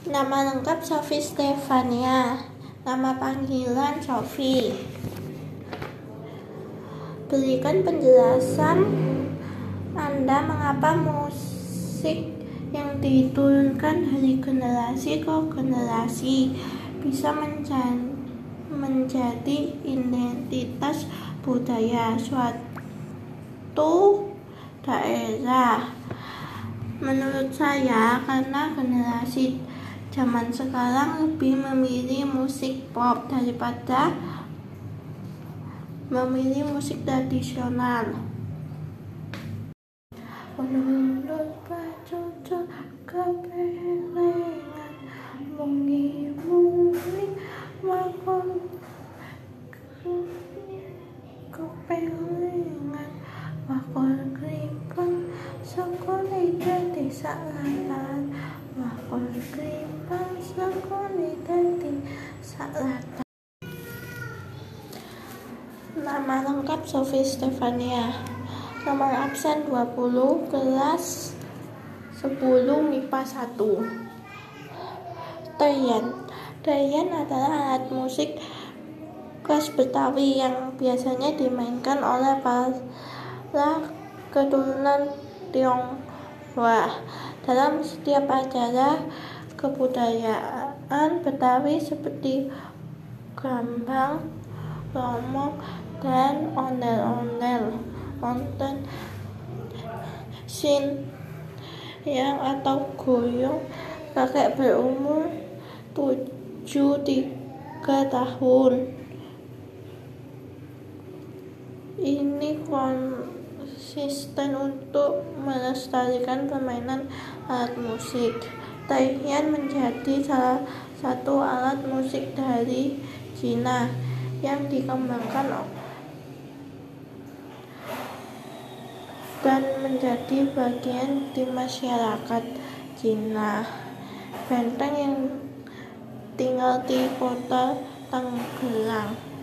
Nama lengkap Sophie Stefania. Nama panggilan Sophie. Berikan penjelasan Anda mengapa musik yang diturunkan dari generasi ke generasi bisa menjadi identitas budaya suatu daerah. Menurut saya, karena generasi zaman sekarang lebih memilih musik pop daripada memilih musik tradisional. Menurut pacucuk kepelengan mungi-mungi makon kepelengan makon krimpang sekone dadi salatan makon krimpang sekone dadi salatan. Nama lengkap Sophie Stefania. Nomor absen 20, kelas 10 MIPA 1. Tarian adalah alat musik khas Betawi yang biasanya dimainkan oleh para keturunan Tionghoa dalam setiap acara kebudayaan Betawi seperti gambang, romong, dan ondel-ondel. Wonten yang atau goyong kakek berumur 73 tahun. Ini konsisten untuk melestarikan permainan alat musik. Tarian menjadi salah satu alat musik dari Cina yang dikembangkan dan menjadi bagian di masyarakat Cina. Benteng yang tinggal di kota Tangerang.